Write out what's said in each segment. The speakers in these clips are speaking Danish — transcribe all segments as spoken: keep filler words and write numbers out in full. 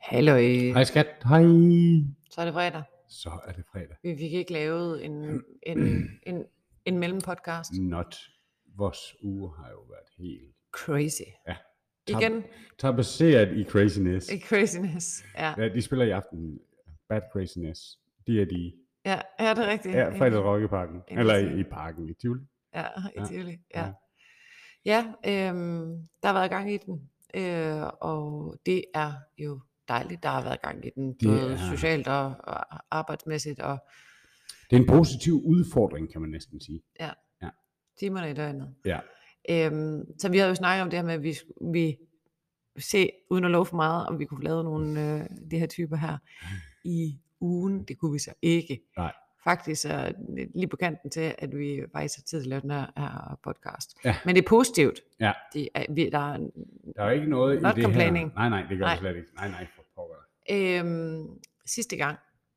Halløj. Hej skat, hej. Så er det fredag. Så er det fredag. Vi fik ikke lavet en, en, en, en mellempodcast. Not. Vores uge har jo været helt... Crazy. Ja. Igen. Tapaceret i craziness. I craziness, ja. Ja, de spiller i aften Bad Craziness. De er de... Ja, ja, det er rigtigt. Ja, fredag rock i parken. En Eller lille i, i parken i Tivoli. Ja, i Ja, Tivoli, ja. ja. Ja, øhm, der har været gang i den, øh, og det er jo dejligt, der har været gang i den, Det både er- socialt og, og arbejdsmæssigt, og Det er en positiv udfordring, kan man næsten sige. ja, Ja. timerne i døgnet. Ja. Øhm, så vi havde jo snakket om det her med, at vi, vi se, uden at love for meget, om vi kunne få lavet nogle øh, de her typer her i ugen. Det kunne vi så ikke. Nej. Faktisk er det lige på kanten til, at vi faktisk har tid til at lave den her, her podcast. Ja. Men det er positivt. Ja. Det er, vi, der er Der er ikke noget Not i det complaining. her. Nej, nej, det gør Nej. det slet ikke. Nej, nej, for pokker. øhm, sidste gang,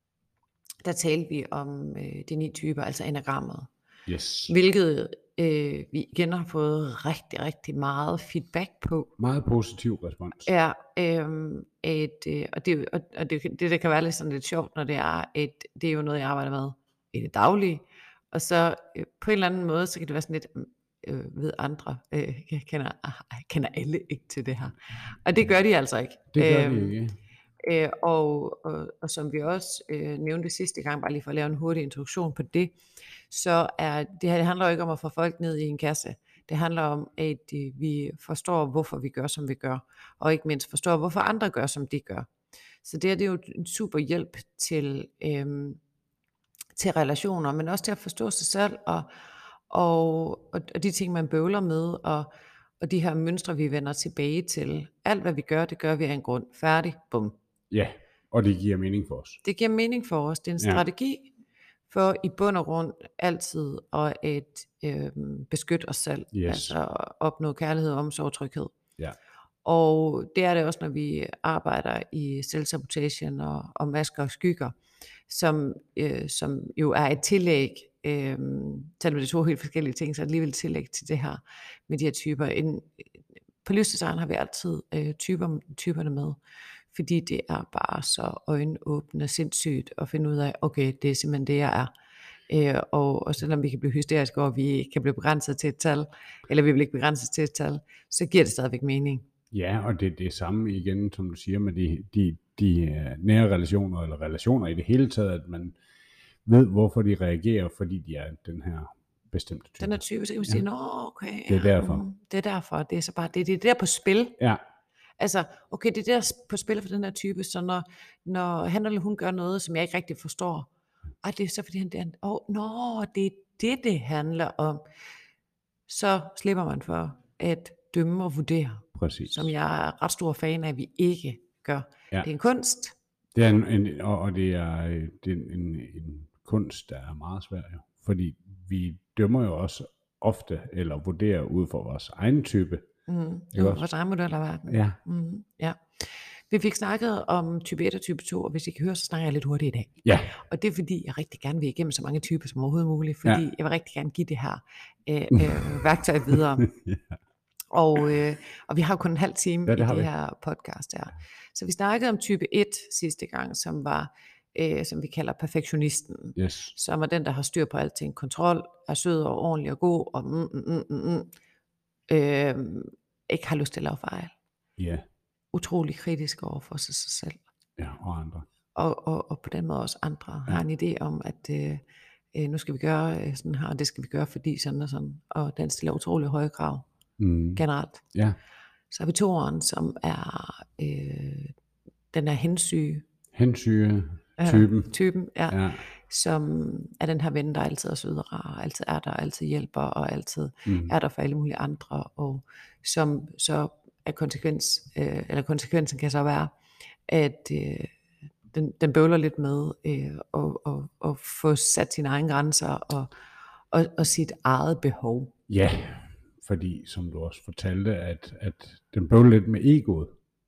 der talte vi om øh, de ni typer, altså enagrammet. Yes. Hvilket øh, vi igen har fået rigtig, rigtig meget feedback på. Meget positiv respons. Ja, øhm, et, øh, og, det, og, og det, det der kan være lidt sådan lidt sjovt, når det er, et, det er jo noget, jeg arbejder med i det daglige, og så øh, på en eller anden måde, så kan det være sådan lidt, øh, ved andre, øh, jeg kender, ah, kender alle ikke til det her, og det gør de altså ikke. Det gør Øhm, de ikke. Øh, og, og, og som vi også øh, nævnte sidste gang, bare lige for at lave en hurtig introduktion på det, så er det her, det handler jo ikke om at få folk ned i en kasse. Det handler om, at øh, vi forstår, hvorfor vi gør, som vi gør, og ikke mindst forstår, hvorfor andre gør, som de gør. Så det, her, det er jo en super hjælp til, øh, til relationer, men også til at forstå sig selv, og, og, og, og de ting, man bøvler med, og, og de her mønstre, vi vender tilbage til. Alt, hvad vi gør, det gør vi af en grund. Færdig. Bum. Ja, og det giver mening for os. Det giver mening for os. Det er en Ja. strategi for i bund og grund altid at et, øh, beskytte os selv. Yes. Altså at opnå kærlighed, omsorg og tryghed. Ja. Og det er det også, når vi arbejder i selvsabotagen og, og masker og skygger, som, øh, som jo er et tillæg, øh, selvom det er to helt forskellige ting, så er det alligevel et tillæg til det her med de her typer. En, på livsdesign har vi altid øh, typer, typerne med, fordi det er bare så øjenåbende sindssygt at finde ud af, okay, det er simpelthen det, jeg er. Øh, og, og selvom vi kan blive hysteriske over, at vi kan blive begrænset til et tal, eller vi vil ikke begrænses til et tal, så giver det stadigvæk mening. Ja, og det er det samme igen, som du siger, med de, de, de uh, nære relationer, eller relationer i det hele taget, at man ved, hvorfor de reagerer, fordi de er den her bestemte type. Den her type, så kan vi sige, nå okay, Det er derfor. mm, det er derfor, det er så bare, det, det er der på spil. Ja, Altså, okay, det er der på spil for den her type, så når, når han eller hun gør noget, som jeg ikke rigtig forstår, ej, det er så fordi han, det er, oh, nå, det er det, det handler om, så slipper man for at dømme og vurdere, præcis. som jeg er ret stor fan af, at vi ikke gør. Ja. Det er en kunst. Det er en, en, og, og det er, det er en, en kunst, der er meget svær, jo. Fordi vi dømmer jo også ofte, eller vurderer ud fra vores egen type. Mm. Ikke Jo, også? vores egen model af verden. Ja, Mm. Ja. Vi fik snakket om type et og type to, og hvis I kan høre, så snakker jeg lidt hurtigt i dag. ja, Og det er fordi, jeg rigtig gerne vil igennem så mange typer som overhovedet muligt, fordi Ja. jeg vil rigtig gerne give det her øh, øh, værktøj videre. ja. Og, øh, og vi har jo kun en halv time Ja, ja, det i har det vi. her podcast her. Så vi snakkede om type et sidste gang, som var, øh, som vi kalder perfektionisten. Yes. Som er den, der har styr på alting. Kontrol, er sød og ordentlig og god, og mm, mm, mm, mm, øh, ikke har lyst til at lave fejl. Ja, Utrolig kritisk over for sig, sig selv. ja, og andre. Og, og, og på den måde også andre har en idé om, at øh, øh, nu skal vi gøre øh, sådan her, og det skal vi gøre, fordi sådan og sådan. Og den stiller utrolig høje krav Mm. generelt. Ja, Så har vi toeren, som er øh, den er hensyge hensyge, øh, typen. typen ja, Ja, som er den her ven, der altid er sød og rar, altid er der, altid hjælper, og altid mm. er der for alle mulige andre, og som så er konsekvens, øh, eller konsekvensen kan så være, at øh, den, den bøvler lidt med øh, og, og, og få sat sine egne grænser og, og, og sit eget behov. ja, fordi som du også fortalte, at, at den bøvler lidt med egoet.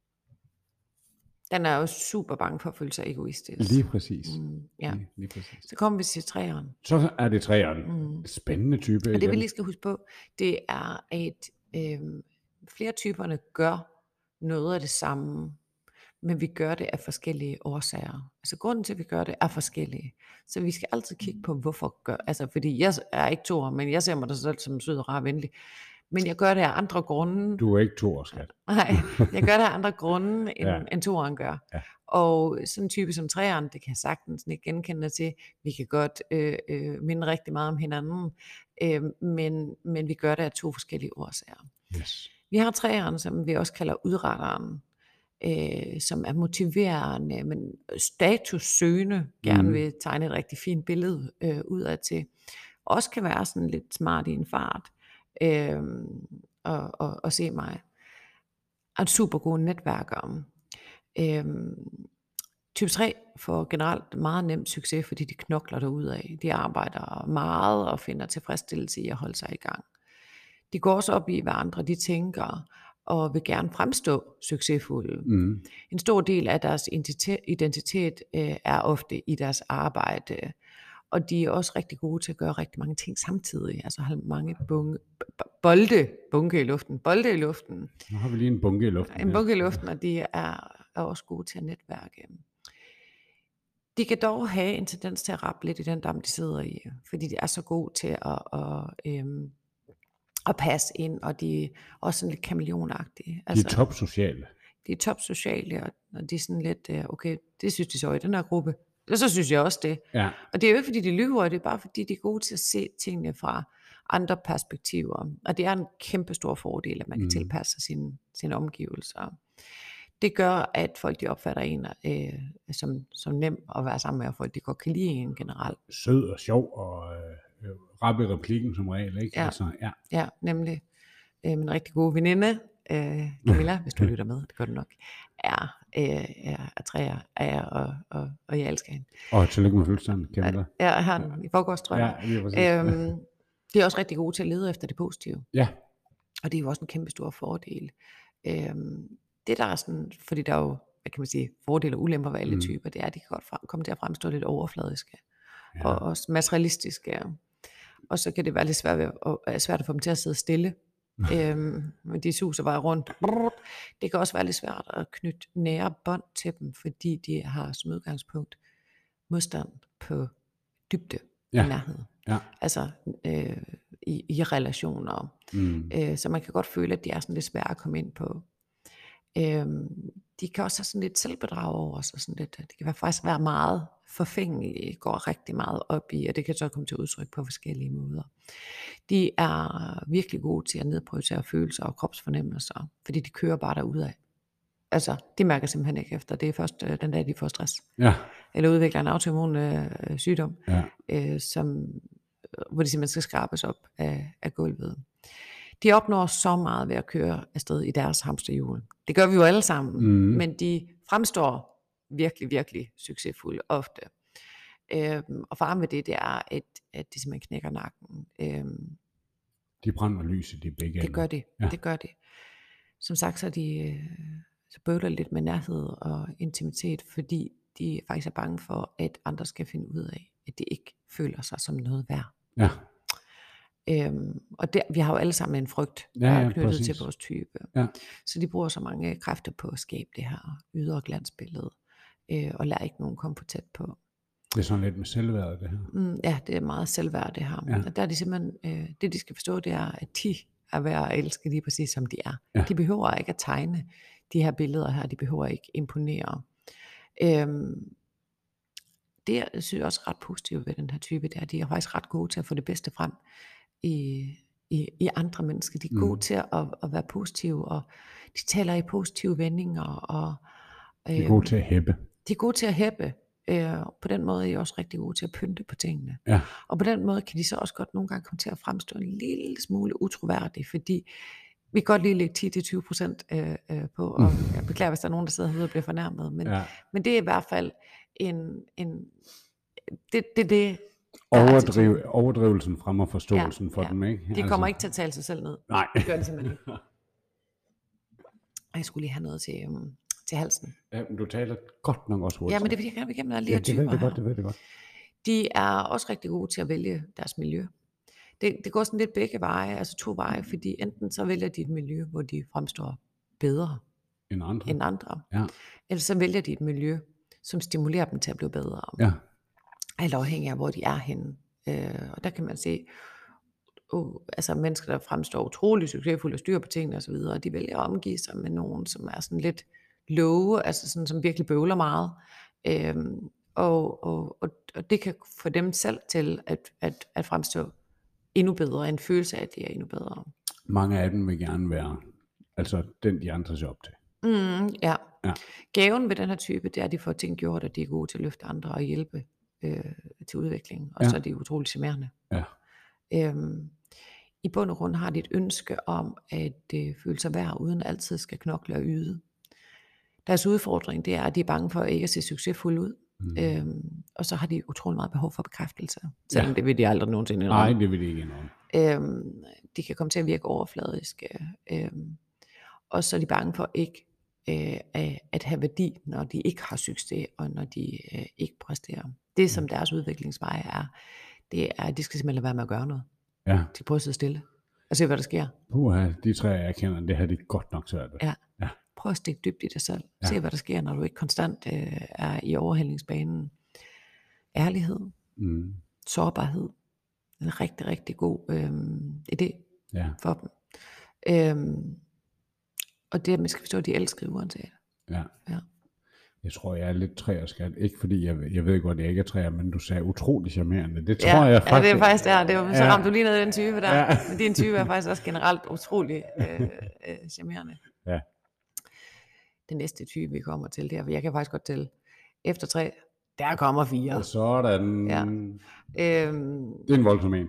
Den er jo super bange for at føle sig egoistisk. Lige præcis. Mm, ja. Lige, lige præcis. Så kommer vi til træeren. Så er det træeren. Mm. Spændende type Og det vi igen. lige skal huske på, det er, at øh, flere typerne gør noget af det samme, men vi gør det af forskellige årsager. Altså grunden til, at vi gør det, er forskellige. Så vi skal altid kigge på, hvorfor gør, altså fordi jeg er ikke toer, men jeg ser mig da selv som sød og rar og venlig. Men jeg gør det af andre grunde. Du er ikke toer, skat. Nej, jeg gør det af andre grunde, end, Ja. end toeren gør. Ja. Og sådan en type som treeren, det kan jeg sagtens ikke genkende til. Vi kan godt øh, øh, minde rigtig meget om hinanden, øh, men, men vi gør det af to forskellige årsager. Yes. Vi har treeren, som vi også kalder udretteren, øh, som er motiverende, men statussøgende, gerne Mhm. vil tegne et rigtig fint billede øh, udad til. Også kan være sådan lidt smart i en fart, øh, og, og, og se mig. Er super gode netværkere. Øh, type tre får generelt meget nemt succes, fordi de knokler derudad. De arbejder meget og finder tilfredsstillelse i at holde sig i gang. De går også op i, hvad andre de tænker, og vil gerne fremstå succesfulde. Mhm. En stor del af deres identitet, identitet øh, er ofte i deres arbejde, og de er også rigtig gode til at gøre rigtig mange ting samtidig. Altså have mange bunke, b- bolde, bunke i luften, bolde i luften, Nu har vi lige en bunke i luften. en her. bunke i luften, og de er, er også gode til at netværke. De kan dog have en tendens til at rappe lidt i den dam, de sidder i, fordi de er så gode til at, at, øhm, at passe ind, og de er også sådan lidt kameleonagtige. De er Altså, topsociale. de er topsociale, og, og de er sådan lidt, øh, okay, det synes de så i den her gruppe. Og så synes jeg også det. Ja. Og det er jo ikke, fordi de lyver, det er bare, fordi de er gode til at se tingene fra andre perspektiver. Og det er en kæmpe stor fordel, at man kan Mhm. tilpasse sig sine, sine omgivelser. Det gør, at folk de opfatter en øh, som, som nem at være sammen med, og folk de godt kan lide en generelt. Sød og sjov og øh, rap i replikken som regel, ikke? Ja. Altså, ja. Ja, nemlig. Øh, min rigtig gode veninde, øh, Camilla, hvis du lytter med, det gør du nok, er, øh, er, er træer af jer, og, og, og jeg elsker hende. Og tillykke med fødselsdagen, Camilla. Jeg har den i forgårs, tror jeg. Ja, lige præcis. Øhm, de er også rigtig gode til at lede efter det positive. Ja. Og det er jo også en kæmpe stor fordel. Øhm, det der er sådan, fordi der er jo, hvad kan man sige, fordele og ulemper ved alle Mm. typer, det er, at de kan godt frem, komme til at fremstå lidt overfladiske, Ja. og også materialistiske. Og så kan det være lidt svært, ved, og, er svært at få dem til at sidde stille. øhm, men de suser bare rundt. Det kan også være lidt svært at knytte nære bånd til dem, fordi de har som udgangspunkt modstand på dybde Ja. i nærhed. Ja. Altså øh, i, i relationer. Mm. Øh, så man kan godt føle, at de er sådan lidt svære at komme ind på. Øhm, de kan også have sådan lidt selvbedrag over sig. Sådan lidt, det kan være, faktisk være meget forfængelige, går rigtig meget op i, og det kan så komme til udtryk på forskellige måder. De er virkelig gode til at nedprioritere følelser og kropsfornemmelser, fordi de kører bare derudad. Altså, de mærker simpelthen ikke efter. Det er først øh, den dag, de får stress. Ja. Eller udvikler en autoimmun øh, sygdom, Ja. øh, som, hvor de simpelthen skal skrabes op af, af gulvet. De opnår så meget ved at køre afsted i deres hamsterhjul. Det gør vi jo alle sammen, Mm. men de fremstår virkelig, virkelig succesfulde ofte. Øhm, og faren ved det, det er, at, at de simpelthen knækker nakken. Øhm, De brænder lyset i begge det gør de, Ja. det gør de. Som sagt, så er de øh, så bøvler lidt med nærhed og intimitet, fordi de faktisk er bange for, at andre skal finde ud af, at de ikke føler sig som noget værd. Ja. Øhm, og der, vi har jo alle sammen en frygt, Ja, der er ja, knyttet præcis. til vores type. Ja. Så de bruger så mange kræfter på at skabe det her ydre glansbillede, øh, og lader ikke nogen komme for tæt på. Det er sådan lidt med selvværd, det her. Mm, ja, det er meget selvværd det her. Ja. Og der er de simpelthen, øh, det de skal forstå, det er, at de er værd at elske lige præcis som de er. Ja. De behøver ikke at tegne de her billeder her, de behøver ikke imponere. Øhm, det jeg synes jeg også ret positivt ved den her type, det er, at de er faktisk ret gode til at få det bedste frem i, i, i andre mennesker. De er Mm. gode til at, at være positive, og de taler i positive vendinger, og De er gode til at hæppe. de er gode til at hæppe. Øh, på den måde er de også rigtig gode til at pynte på tingene. Ja. Og på den måde kan de så også godt nogle gange komme til at fremstå en lille smule utroværdige, fordi vi kan godt lige lægge ti til tyve procent øh, øh, på, og jeg beklager, hvis der er nogen, der sidder herude og bliver fornærmet, men, Ja. men det er i hvert fald en, en det, det, det er Overdriv, attituden. overdrivelsen fremmer forståelsen Ja, for ja. dem, ikke? De kommer ikke til at tale sig selv ned. Nej. Det gør de simpelthen ikke. Og jeg skulle lige have noget til, um, til halsen. Ja, men du taler godt nok også hurtigt. Ja, men det er fordi, jeg gerne vil igennem alle de ja, her det typer ved jeg her. godt, det ved jeg godt. De er også rigtig gode til at vælge deres miljø. Det, det går sådan lidt begge veje, altså to veje, fordi enten så vælger de et miljø, hvor de fremstår bedre, end andre. end andre. Ja. Ellers så vælger de et miljø, som stimulerer dem til at blive bedre. Ja. Alt afhængig af, hvor de er henne. Øh, og der kan man se, uh, altså mennesker, der fremstår utrolig succesfulde og styr på tingene osv., og de vælger at omgive sig med nogen, som er sådan lidt love, altså sådan, som virkelig bøvler meget. Øhm, og, og, og, og det kan få dem selv til at, at, at fremstå endnu bedre, en følelse af, at de er endnu bedre. Mange af dem vil gerne være, altså den de andre ser op til. Mm, ja. Ja. Gaven ved den her type, det er, at de får ting gjort, og de er gode til at løfte andre og hjælpe øh, til udvikling. Og Ja. så er de utrolig charmerende. Ja. Øhm, I bund og grund har de et ønske om at øh, føle sig værd, uden altid skal knokle og yde. Deres udfordring, det er, at de er bange for ikke at se succesfulde ud. Mm. Øhm, og så har de utrolig meget behov for bekræftelse. Selvom Ja. det vil de aldrig nogensinde indrømme. Nej, det vil de ikke indrømme. Øhm, de kan komme til at virke overfladiske. Øhm, og så er de bange for ikke øh, at, at have værdi, når de ikke har succes, og når de øh, ikke præsterer. Det, som deres udviklingsvej er, det er, at de skal simpelthen lade være med at gøre noget. Ja. De prøver at sidde stille og se, hvad der sker. Puha, de tre, jeg kender, det har de godt nok svært ved. Ja. Ja. Prøv at stikke dybt i dig selv. Ja. Se, hvad der sker, når du ikke konstant øh, er i overhældningsbanen. Ærlighed, Mm. sårbarhed. En rigtig, rigtig god øh, idé Ja. for dem. Øhm, og det, at man skal forstå, at de elsker uanset. Ja. Ja. Jeg tror, jeg er lidt træerskat. Ikke fordi, jeg, jeg ved godt, jeg ikke er træer, men du sagde utrolig charmerende. Det tror Ja, jeg faktisk. ja, det er faktisk der. Det var, så Ja. ramte du lige ned i den type der. Ja. Men din type er faktisk også generelt utrolig øh, øh, charmerende. Ja. Den næste type, vi kommer til, det er, jeg kan faktisk godt tælle. Efter tre, der kommer fire. Sådan. Ja. Øhm, Det er en voldsom en.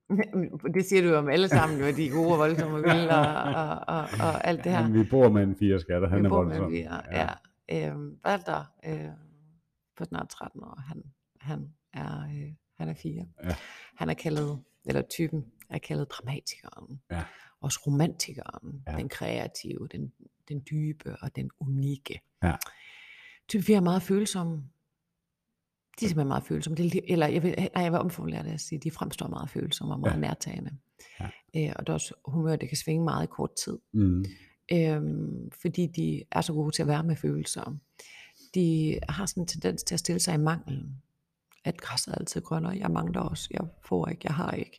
det siger du jo om alle sammen, jo, de gode og voldsomme vilde og, og, og, og alt det her. Men vi bor med en fire skatter. Han Vi er bor med voldsom. fire, ja. ja. Øhm, Walter, øh, på snart tretten år, han, han, er, øh, han er fire. Ja. Han er kaldet, eller typen er kaldet dramatikeren. Ja. Også romantikeren, Ja. den kreative, den, den dybe og den unikke. Ja. Type fire er meget følsomme. De er simpelthen meget følsomme. Det er, eller jeg vil, nej, jeg vil omformulere det at sige, de fremstår meget følsomme og meget Ja. nærtagende. Ja. Øh, og der er også humør, det kan svinge meget i kort tid. Mm. Øhm, fordi de er så gode til at være med følelser. De har sådan en tendens til at stille sig i manglen. At græsset er altid grønnere. Jeg mangler også. Jeg får ikke. Jeg har ikke.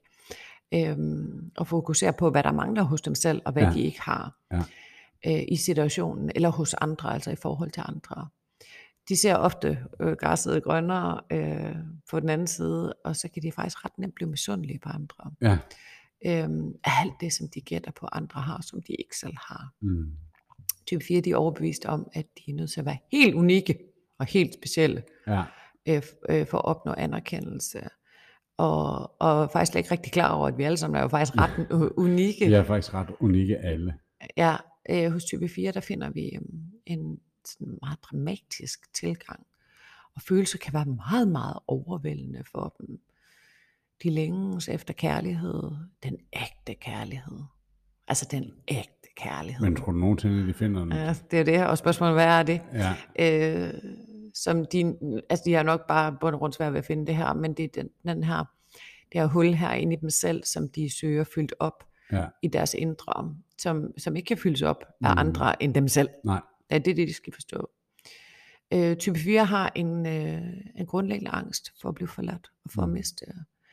Øhm, og fokusere på, hvad der mangler hos dem selv, og hvad Ja. de ikke har. Ja. Øh, I situationen, eller hos andre, altså i forhold til andre. De ser ofte øh, græsset grønnere øh, på den anden side, og så kan de faktisk ret nemt blive misundelige på andre. Ja. Øhm, alt det, som de gætter på, andre har, som de ikke selv har. Mm. Type fire, de er overbevist om, at de er nødt til at være helt unikke og helt specielle Ja. øh, øh, for at opnå anerkendelse. Og, og faktisk slet ikke rigtig klar over, at vi alle sammen er jo faktisk ret uh, unikke. De er faktisk ret unikke alle. Ja, øh, hos type fire, der finder vi øh, en sådan meget dramatisk tilgang. Og følelser kan være meget, meget overvældende for dem. De længes efter kærlighed, den ægte kærlighed. Altså den ægte kærlighed. Men tror du nogensinde, de finder den? Ja, det er det, og spørgsmålet, hvad er det? Ja. Øh, som de, altså de har nok bare bund og rundt svært ved at finde det her, men det er den, den her, det her hul her inde i dem selv, som de søger fyldt op Ja. i deres indre, som, som ikke kan fyldes op af Mm. andre end dem selv. Nej. Ja, det er det, de skal forstå. Øh, type fire har en, øh, en grundlæggende angst for at blive forladt og for at Mm. miste.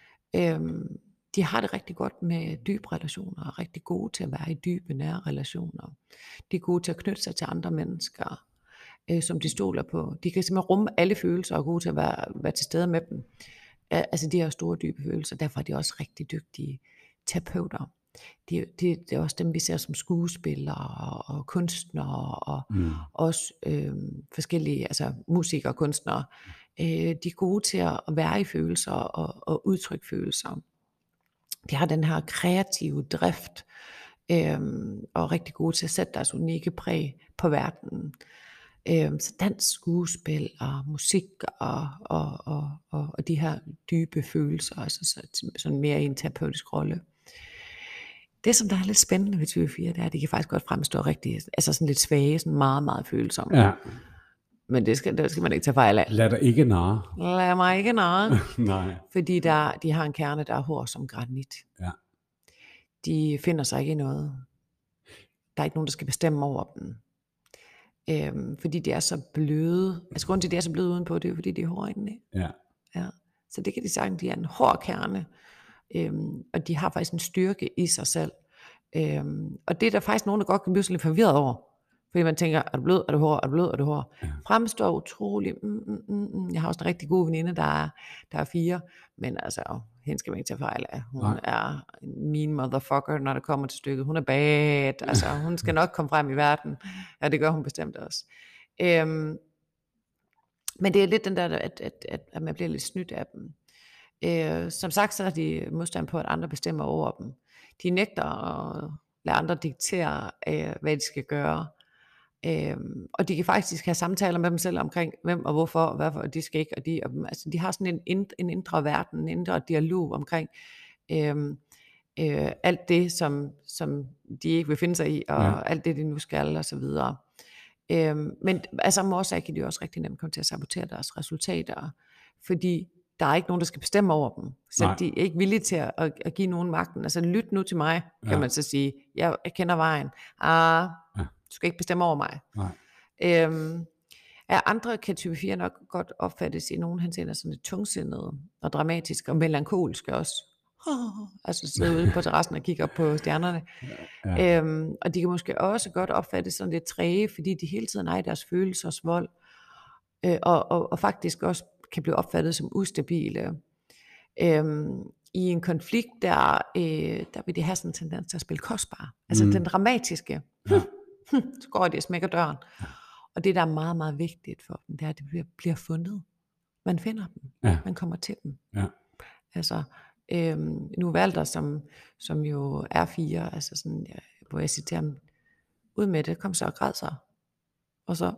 Øhm, de har det rigtig godt med dybe relationer, og er rigtig gode til at være i dybe, nære relationer. De er gode til at knytte sig til andre mennesker, øh, som de stoler på. De kan simpelthen rumme alle følelser og er gode til at være, være til stede med dem. Øh, altså de har store, dybe følelser, derfor er de også rigtig dygtige terapeuter. De, de, det er også dem, vi ser som skuespillere og, og kunstnere og Mm. også øh, forskellige, altså musikere og kunstnere. Øh, de er gode til at være i følelser og, og udtrykke følelser. De har den her kreative drift, øh, og er rigtig gode til at sætte deres unikke præg på verdenen. Øh, så dans, skuespil og musik og, og, og, og, og de her dybe følelser, altså så, sådan mere i en terapeutisk rolle. Det, som der er lidt spændende ved type fire, det er, at de kan faktisk godt fremstå rigtig, altså sådan lidt svage, sådan meget, meget følsomme. Ja. Men det skal, det skal man ikke tage fejl af. Lad dig ikke narre. Lad mig ikke narre. Nej. Fordi der, de har en kerne, der er hård som granit. Ja. De finder sig ikke i noget. Der er ikke nogen, der skal bestemme over dem. Øhm, fordi de er så bløde. Altså grunden til, at de er så bløde udenpå, det er jo fordi, de er hårde indeni. Ja. Ja. Så det kan de sagtens, de er en hård kerne, øhm, og de har faktisk en styrke i sig selv. Øhm, og det er der faktisk nogen, der godt kan blive sådan lidt forvirret over. Fordi man tænker, er du blød, er du hård, er du blød, er du hård. Ja. Fremstår utrolig, mm, mm, mm, mm. Jeg har også en rigtig god veninde, der er, der er fire, men altså, hende skal man ikke tage fejl af. Hun Nej. er en mean motherfucker, når det kommer til stykket. Hun er bad, altså hun skal nok komme frem i verden. Ja, det gør hun bestemt også. Øhm, men det er lidt den der, at, at, at, at man bliver lidt snydt af dem. Øh, som sagt, så er de modstand på, at andre bestemmer over dem. De nægter at lade andre diktere, øh, hvad de skal gøre. Øh, og de kan faktisk have samtaler med dem selv omkring, hvem og hvorfor, og hvorfor, og de skal ikke, og de, og, altså, de har sådan en, ind, en indre verden, en indre dialog omkring øh, øh, alt det, som, som de ikke vil finde sig i, og Ja. alt det, de nu skal, og så videre. Øh, men altså, samme årsag kan de også rigtig nemt komme til at sabotere deres resultater, fordi der er ikke nogen, der skal bestemme over dem. Så Nej. de er ikke villige til at, at, at give nogen magten. Altså lyt nu til mig, kan Ja. man så sige. Jeg, jeg kender vejen. Ah, Ja. du skal ikke bestemme over mig. Nej. Øhm, af andre kan type fire nok godt opfattes i nogen henseender sådan lidt tungsindede og dramatiske og melankolske også. Oh, altså sidde ude på terrassen og kigge op på stjernerne. Ja. Øhm, og de kan måske også godt opfattes sådan lidt træge, fordi de hele tiden er i deres følelsers vold. Øh, og, og, og faktisk også kan blive opfattet som ustabile. Øhm, I en konflikt, der, øh, der vil de have sådan en tendens til at spille kostbar. Altså Mm. den dramatiske. Ja. Så går de og smækker døren. Og det, der er meget, meget vigtigt for dem, det er, at det bliver, bliver fundet. Man finder dem. Ja. Man kommer til dem. Ja. Altså, øhm, nu Walter, som, som jo er fire, altså sådan, ja, hvor jeg citerer ham, ud med det, kom så og græd så. Og så...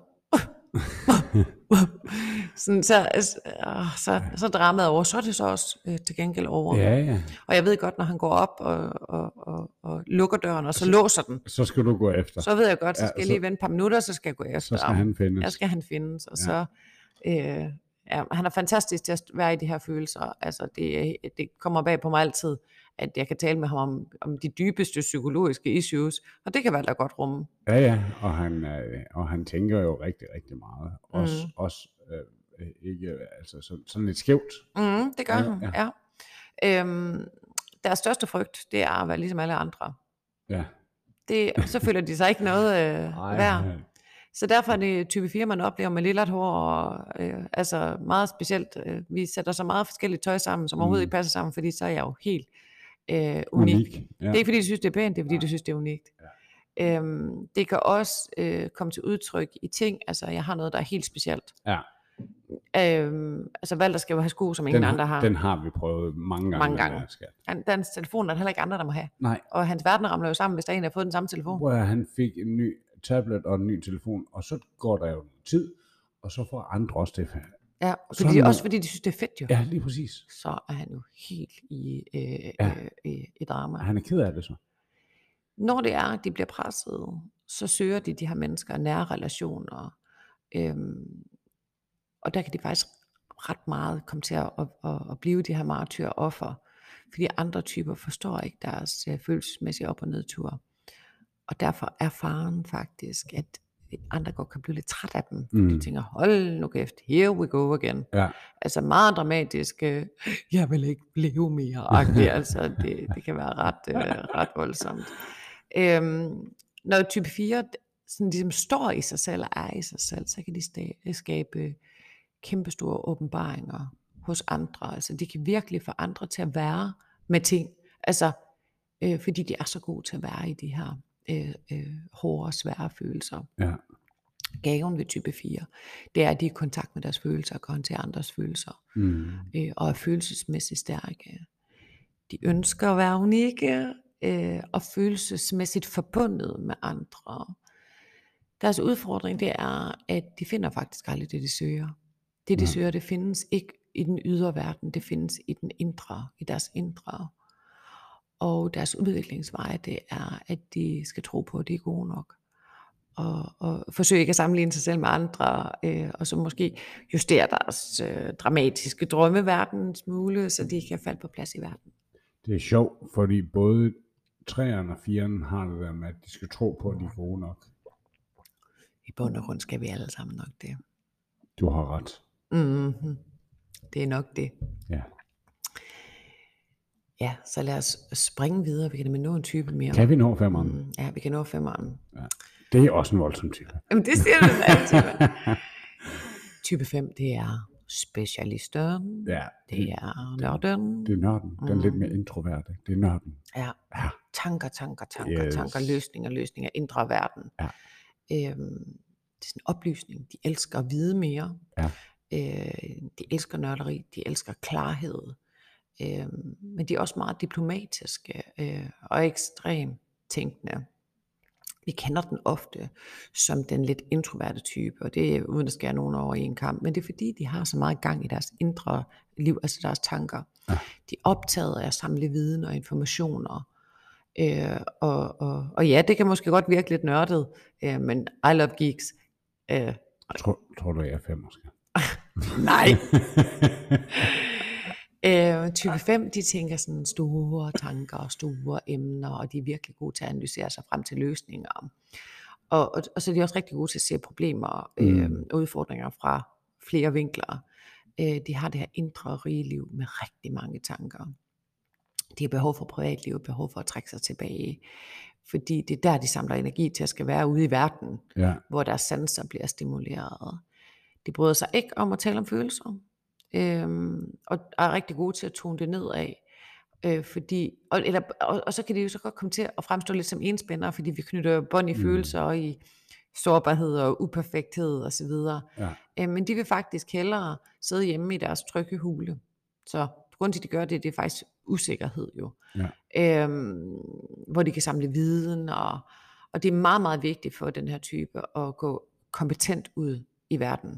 sådan, så, så, så, så dramaet over, så er det så også øh, til gengæld over. Ja, ja. Og jeg ved godt, når han går op og, og, og, og lukker døren, og så låser den, Så skal du gå efter. så ved jeg godt, så Ja, skal jeg så- lige vente et par minutter, så skal jeg gå efter Så skal ham. han findes. Jeg skal han findes, og Ja. så... Øh, ja, han er fantastisk til at være i de her følelser. Altså, det, det kommer bag på mig altid, at jeg kan tale med ham om, om de dybeste psykologiske issues, og det kan være da godt rumme. Ja, ja, og han, øh, og han tænker jo rigtig, rigtig meget. Også, Mm. også øh, ikke, altså så, sådan lidt skævt. Mm, det gør Ja, han, ja. ja. Øhm, deres største frygt, det er at være ligesom alle andre. Ja. Det, så føler de sig ikke noget øh, Ej, værd. ja. Så derfor er det type fire, man oplever med lillet hår, og øh, altså meget specielt. Øh, vi sætter så meget forskelligt tøj sammen, som overhovedet Mm. ikke passer sammen, fordi så er jeg jo helt øh, unik. Unik. Ja. Det er ikke fordi, de synes, det er pænt, det er fordi, de synes, det er unikt. Ja. Øhm, det kan også øh, komme til udtryk i ting, altså jeg har noget, der er helt specielt. Ja. Øhm, altså Walter skal jo have sko, som ingen Den, andre har. den har vi prøvet mange gange. Mange den gange. her skat. Han, hans telefon er der heller ikke andre, der må have. Nej, Og hans verden ramler jo sammen, hvis der er en, der har fået den samme telefon. hvor han fik en ny tablet og en ny telefon, og så går der jo en tid, og så får andre også det. Ja, Sådan fordi, må- også fordi de synes, det er fedt jo. Ja, lige præcis. Så er han jo helt i, øh, Ja. øh, i, i drama. Han er ked af det så. Når det er, at de bliver presset, så søger de de her mennesker nære relationer. Øhm, og der kan de faktisk ret meget komme til at, at, at, at blive de her martyroffer. Fordi andre typer forstår ikke deres uh, følelsesmæssige op- og nedtur. Og derfor er faren faktisk, at andre godt kan blive lidt træt af dem. Mm. De tænker, hold nu kæft, here we go again. Ja. Altså meget dramatisk, øh, jeg vil ikke blive mere agtig. Altså det, det kan være ret, øh, ret voldsomt. Øhm, når type fire sådan ligesom står i sig selv og er i sig selv, så kan de sta- skabe kæmpestore åbenbaringer hos andre. Altså de kan virkelig få andre til at være med ting. Altså øh, fordi de er så gode til at være i de her øh, øh, hårde, svære følelser. Ja. Gaven ved type fire, det er, at de er i kontakt med deres følelser og kan håndtere andres følelser. Mm. Øh, og er følelsesmæssigt stærke. De ønsker at være unikke øh, og følelsesmæssigt forbundet med andre. Deres udfordring, det er, at de finder faktisk aldrig det, de søger. Det, de Nej. søger, det findes ikke i den ydre verden, det findes i den indre, i deres indre. Og deres udviklingsvej, det er, at de skal tro på, at de er gode nok. Og, og forsøge ikke at sammenligne sig selv med andre, øh, og så måske justere deres øh, dramatiske drømmeverden en smule, så de kan falde på plads i verden. Det er sjovt, fordi både træerne og fireren har det der med, at de skal tro på, at de er gode nok. i bund og grund skal vi alle sammen nok det. Du har ret. Mm-hmm. Det er nok det. Ja. Ja, så lad os springe videre. Vi kan nemlig nå en type mere. Kan vi nå femmeren? Mm, ja, vi kan nå femmeren. Ja. Det er også en voldsom type. Jamen, det siger du altid. Type fem, det er specialisten. Ja. Det er nørden. Det er nørden. Den er Mm. lidt mere introvert. Ikke? Det er nørden. Ja. Ja. Tanker, tanker, tanker, Yes. tanker, løsninger, løsninger, indre verden. Ja. Øhm, det er sådan en oplysning. De elsker at vide mere. Ja. Øh, de elsker nørderi. De elsker klarhed. Øh, men de er også meget diplomatiske øh, og ekstremt tænkende. Vi kender den ofte som den lidt introverte type, og det er uden at skære nogen over i en kamp, men det er fordi, de har så meget gang i deres indre liv, altså deres tanker. Ja. De er optaget af at samle viden og informationer. Øh, og, og, og ja, det kan måske godt virke lidt nørdet, øh, men I love geeks. Øh, Tror, tror du, jeg er fem måske? nej. Øh, type fem, de tænker sådan store tanker og store emner, og de er virkelig gode til at analysere sig frem til løsninger. Og, og, og så er de også rigtig gode til at se problemer og øh, Mm. udfordringer fra flere vinkler. Øh, de har det her indre rige liv med rigtig mange tanker. De har behov for privatliv, behov for at trække sig tilbage, fordi det er der, de samler energi til at skal være ude i verden, Ja. hvor deres sanser bliver stimuleret. De bryder sig ikke om at tale om følelser. Øhm, og er rigtig gode til at tone det ned af, øh, fordi, og, eller, og, og så kan de jo så godt komme til at fremstå lidt som enspændere, fordi vi knytter bånd i Mm. følelser og i sårbarhed og uperfekthed og så videre. Ja. Øh, men de vil faktisk hellere sidde hjemme i deres trygge hule. Så grunden til, at de gør det, det er faktisk usikkerhed jo. Ja. Øhm, hvor de kan samle viden, og, og det er meget, meget vigtigt for den her type at gå kompetent ud i verden.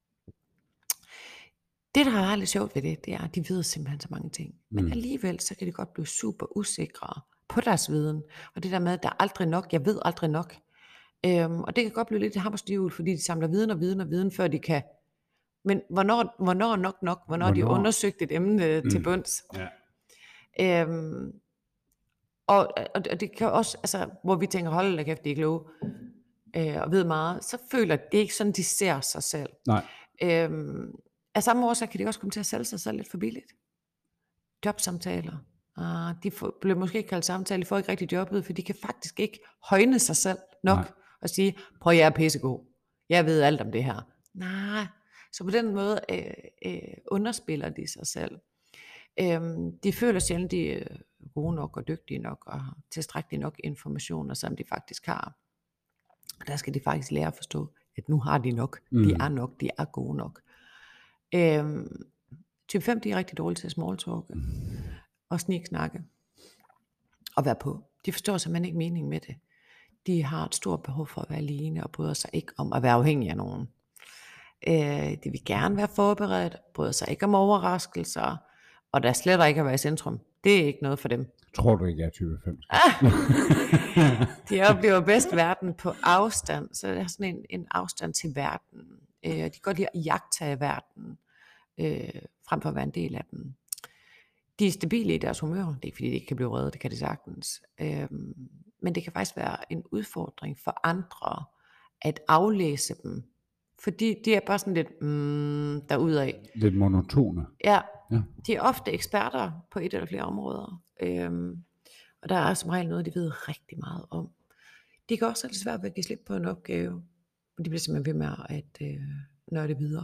Det, der er lidt sjovt ved det, det er, at de ved simpelthen så mange ting. Men Mm. alligevel, så kan de godt blive super usikre på deres viden. Og det der med, at der er aldrig nok, jeg ved aldrig nok. Øhm, og det kan godt blive lidt et hamsterhjul, fordi de samler viden og viden og viden, før de kan. Men hvornår, hvornår er nok nok? Hvornår har de Hvornår? undersøgt et emne mm. til Mm. bunds? Ja. Øhm, og, og, og det kan også, altså, hvor vi tænker, hold da kæft, de er kloge, øh, og ved meget, så føler det ikke sådan, de ser sig selv. Nej. Øhm, af samme årsag kan de også komme til at sælge sig selv lidt for billigt. Jobsamtaler. Ah, de får, bliver måske ikke kaldt samtaler, de får ikke rigtig jobbet, for de kan faktisk ikke højne sig selv nok Nej. og sige, prøv jeg er pissegod, jeg ved alt om det her. Nej, så på den måde øh, øh, underspiller de sig selv. Øhm, de føler sjældent, de er gode nok og dygtige nok og har tilstrækkeligt nok informationer, som de faktisk har. Og der skal de faktisk lære at forstå, at nu har de nok, Mm. de er nok, de er gode nok. Øhm, type fem, de er rigtig dårlige til at smalltalke og sniksnakke og være på. De forstår simpelthen ikke meningen med det. De har et stort behov for at være alene og bryder sig ikke om at være afhængige af nogen. Øh, de vil gerne være forberedt, bryder sig ikke om overraskelser, og der er slet ikke at være i centrum. Det er ikke noget for dem. Tror du ikke, jeg er type fem? De oplever bedst verden på afstand, så det er sådan en, en afstand til verden. Øh, de kan godt lide at jagtage verden, øh, frem for at være en del af den. De er stabile i deres humør. Det er ikke fordi, de ikke kan blive reddet, det kan de sagtens. Øhm, men det kan faktisk være en udfordring for andre at aflæse dem. Fordi de er bare sådan lidt mm, derudad. Lidt monotone. Ja, Ja. de er ofte eksperter på et eller flere områder. Øhm, og der er som regel noget, de ved rigtig meget om. De kan også have det svært ved at give slip på en opgave. Men de bliver simpelthen ved med at øh, nørde videre.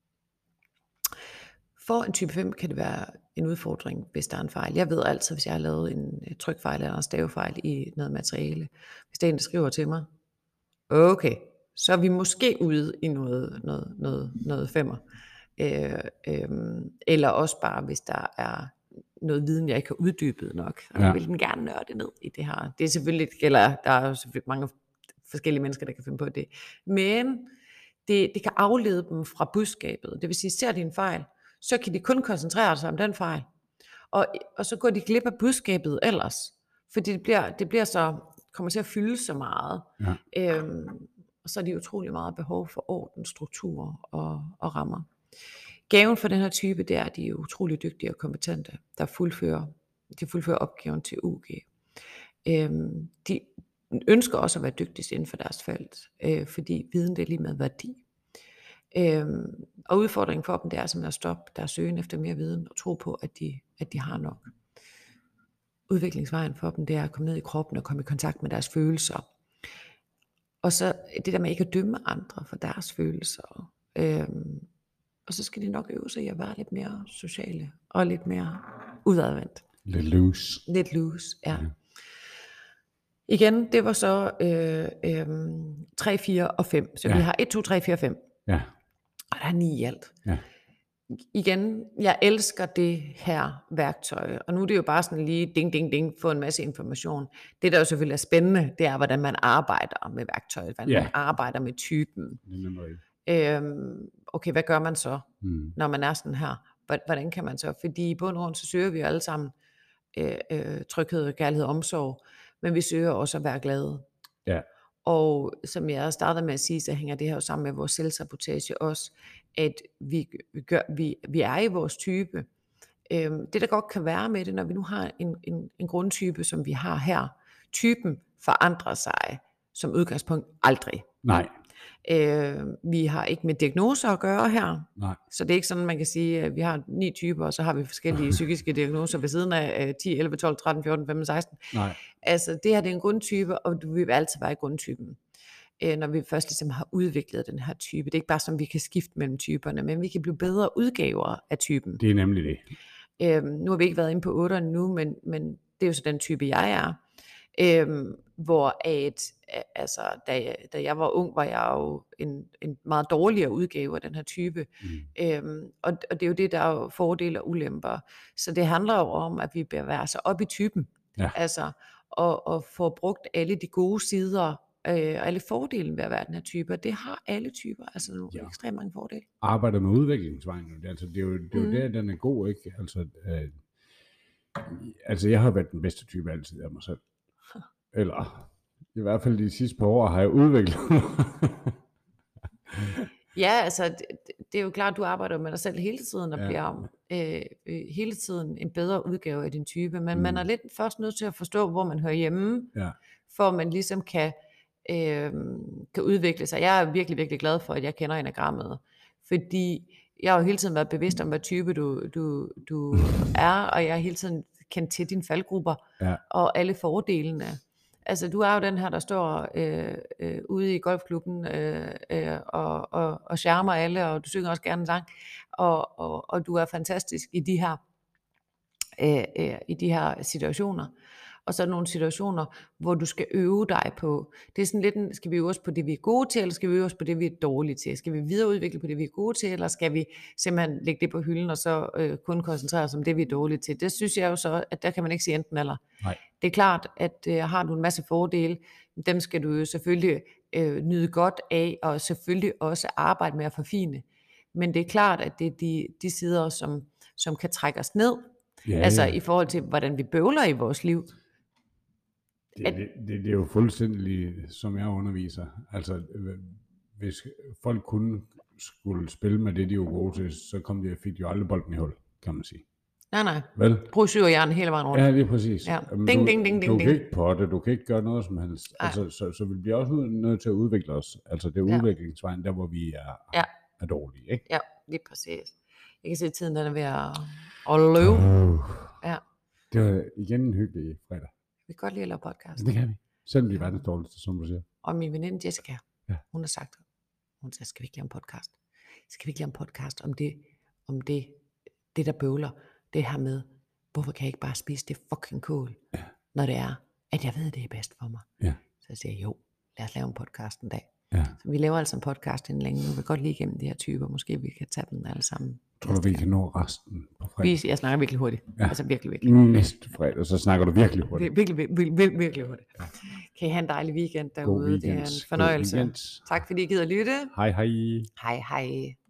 For en type fem kan det være en udfordring, hvis der er en fejl. Jeg ved altid, hvis jeg har lavet en trykfejl eller en stavefejl i noget materiale. Hvis der er en, der skriver til mig, okay, så er vi måske ude i noget, noget, noget, noget femmer. Øh, øh, eller også bare, hvis der er noget viden, jeg ikke har uddybet nok. Og Ja. jeg vil den gerne nørde ned i det her. Det er selvfølgelig, det gælder, der er jo selvfølgelig mange forskellige mennesker, der kan finde på det. Men det, det kan aflede dem fra budskabet. Det vil sige, ser de en fejl, så kan de kun koncentrere sig om den fejl. Og, og så går de glip af budskabet ellers. Fordi det bliver, det bliver så, kommer til at fylde så meget. Ja. Øhm, og så er de utrolig meget behov for orden, struktur og, og rammer. Gaven for den her type, det er, at de er utrolig dygtige og kompetente, der fuldfører, de fuldfører opgaven til U G. Øhm, de, ønsker også at være dygtigst inden for deres felt, øh, fordi viden det er lige med værdi. Øhm, og udfordringen for dem, det er simpelthen at stoppe deres søgen efter mere viden, og tro på, at de, at de har nok. Udviklingsvejen for dem, det er at komme ned i kroppen, og komme i kontakt med deres følelser. Og så det der med ikke at dømme andre for deres følelser. Øhm, og så skal de nok øve sig i at være lidt mere sociale, og lidt mere udadvendt. Lidt loose. Lidt loose, ja. ja. Igen, det var så øh, øh, tre, fire og fem. Så ja. Vi har et, to, tre, fire, fem. Ja. Og der er ni i alt. Ja. Igen, jeg elsker det her værktøj. Og nu er det jo bare sådan lige ding, ding, ding, få en masse information. Det der jo selvfølgelig er spændende, det er, hvordan man arbejder med værktøjet. Hvordan ja. man arbejder med typen. Øhm, okay, hvad gør man så, mm. når man er sådan her? Hvordan kan man så? Fordi i bund og grund, så søger vi jo alle sammen øh, øh, tryghed, kærlighed og omsorg. Men vi søger også at være glade. Ja. Og som jeg startede med at sige, så hænger det her jo sammen med vores selvsabotage også, at vi, vi, gør, vi, vi er i vores type. Øhm, det der godt kan være med det, når vi nu har en, en, en grundtype, som vi har her, typen forandrer sig som udgangspunkt aldrig. Nej. Øh, vi har ikke med diagnoser at gøre her. Nej. Så det er ikke sådan, man kan sige, at vi har ni typer, og så har vi forskellige psykiske diagnoser ved siden af ti, elleve, tolv, tretten, fjorten, femten, seksten. Nej. Altså det her det er en grundtype, og du vil altid være i grundtypen, øh, når vi først ligesom har udviklet den her type. Det er ikke bare sådan, vi kan skifte mellem typerne, men vi kan blive bedre udgaver af typen. Det er nemlig det. Øh, nu har vi ikke været inde på otteren nu, men, men det er jo så den type, jeg er. Øhm, hvor at, altså, da, jeg, da jeg var ung, var jeg jo en, en meget dårligere udgave af den her type. Mm. Øhm, og, og det er jo det, der er jo fordele og ulemper. Så det handler jo om, at vi bevæger sig op i typen. Ja. Altså, og, og få brugt alle de gode sider, øh, og alle fordele ved at være den her type. Og det har alle typer, altså nogle ja. ekstremt mange fordele. Arbejder med udviklingsvejen, altså det er jo, det er jo mm. der, den er god, ikke? Altså, øh, altså, jeg har været den bedste type altid af mig selv. Eller i hvert fald de sidste par år har jeg udviklet. Ja, altså det, det er jo klart, du arbejder med dig selv hele tiden og ja. bliver øh, hele tiden en bedre udgave af din type, men mm. man er lidt først nødt til at forstå, hvor man hører hjemme, ja. for man ligesom kan, øh, kan udvikle sig. Jeg er virkelig, virkelig glad for, at jeg kender enagrammet, fordi jeg har jo hele tiden været bevidst om, hvad type du, du, du er, og jeg har hele tiden kendt til dine faldgrupper ja. og alle fordelene. Altså, du er jo den her, der står øh, øh, ude i golfklubben øh, øh, og, og, og charmer alle, og du synger også gerne en sang, og, og, og du er fantastisk i de her, øh, øh, i de her situationer. Og så er der nogle situationer, hvor du skal øve dig på. Det er sådan lidt, en, skal vi øve os på det, vi er gode til, eller skal vi øve os på det, vi er dårlige til? Skal vi videreudvikle på det, vi er gode til, eller skal vi simpelthen lægge det på hylden, og så øh, kun koncentrere os om det, vi er dårlige til? Det synes jeg jo så, at der kan man ikke sige enten eller. Nej. Det er klart, at øh, har du en masse fordele, dem skal du jo selvfølgelig øh, nyde godt af, og selvfølgelig også arbejde med at forfine. Men det er klart, at det er de, de sider, som, som kan trække os ned, ja, altså ja. i forhold til, hvordan vi bøvler i vores liv. Det, det, det, det er jo fuldstændig, som jeg underviser. Altså, hvis folk kun skulle spille med det, de var gode til, så kom de, fik de jo aldrig bolden i hul, kan man sige. Nej, nej. Vel? Brug syvhjernen hele vejen rundt. Ja, det er præcis. Ja. Jamen, ding, du, ding, ding, ding, du ding. kan ikke potte, du kan ikke gøre noget som helst. Altså, så, så vi bliver også nødt til at udvikle os. Altså, det er ja. udviklingsvejen, der hvor vi er, ja. er dårlige, ikke? Ja, lige præcis. Jeg kan se, at tiden den er ved at, at løbe. Oh. Ja. Det var igen en hyggelig fredag. Vi kan godt lide at lave podcast. Det kan vi. Selvom vi er verdens dårligste, som du siger. Og min veninde Jessica, ja. hun har sagt, hun sagde, skal vi ikke lave en podcast? Skal vi ikke lave en podcast om det, om det, det der bøvler, det her med, hvorfor kan jeg ikke bare spise det fucking kål, ja. når det er, at jeg ved, det er bedst for mig. Ja. Så jeg siger, jo, lad os lave en podcast en dag. Ja. Så vi laver altså en podcast inden længe. Vi vil godt lige igennem de her typer. Måske vi kan tage dem alle sammen. Tror du, vi kan nå resten på fredag? Jeg snakker virkelig hurtigt. Ja. Altså virkelig, virkelig. Næste fredag, så snakker du virkelig hurtigt. Virkelig, virkelig, virkelig, virkelig hurtigt. Ja. Kan I have en dejlig weekend derude? God weekend. Det er en fornøjelse. Tak fordi I gider lytte. Hej hej. Hej hej.